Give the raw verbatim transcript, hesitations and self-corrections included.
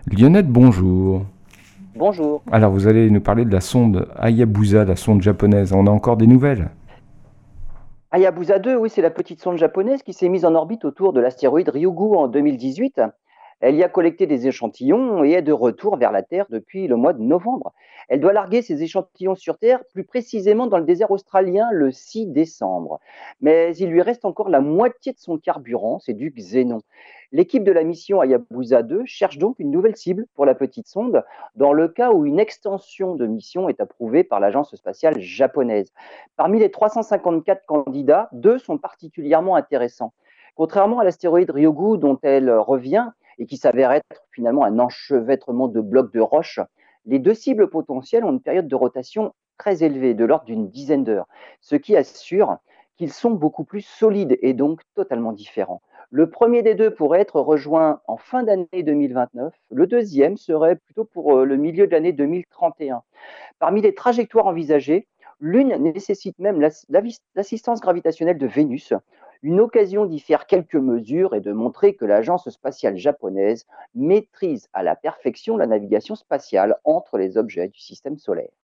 Lionette, bonjour. Bonjour. Alors, vous allez nous parler de la sonde Hayabusa, la sonde japonaise. On a encore des nouvelles? Hayabusa deux, oui, c'est la petite sonde japonaise qui s'est mise en orbite autour de l'astéroïde Ryugu en deux mille dix-huit. Elle y a collecté des échantillons et est de retour vers la Terre depuis le mois de novembre. Elle doit larguer ses échantillons sur Terre, plus précisément dans le désert australien, le six décembre. Mais il lui reste encore la moitié de son carburant, c'est du xénon. L'équipe de la mission Hayabusa deux cherche donc une nouvelle cible pour la petite sonde, dans le cas où une extension de mission est approuvée par l'agence spatiale japonaise. Parmi les trois cent cinquante-quatre candidats, deux sont particulièrement intéressants. Contrairement à l'astéroïde Ryugu dont elle revient, et qui s'avère être finalement un enchevêtrement de blocs de roches, les deux cibles potentielles ont une période de rotation très élevée, de l'ordre d'une dizaine d'heures, ce qui assure qu'ils sont beaucoup plus solides et donc totalement différents. Le premier des deux pourrait être rejoint en fin d'année deux mille vingt-neuf, le deuxième serait plutôt pour le milieu de l'année deux mille trente et un. Parmi les trajectoires envisagées, l'une nécessite même l'assistance gravitationnelle de Vénus, une occasion d'y faire quelques mesures et de montrer que l'agence spatiale japonaise maîtrise à la perfection la navigation spatiale entre les objets du système solaire.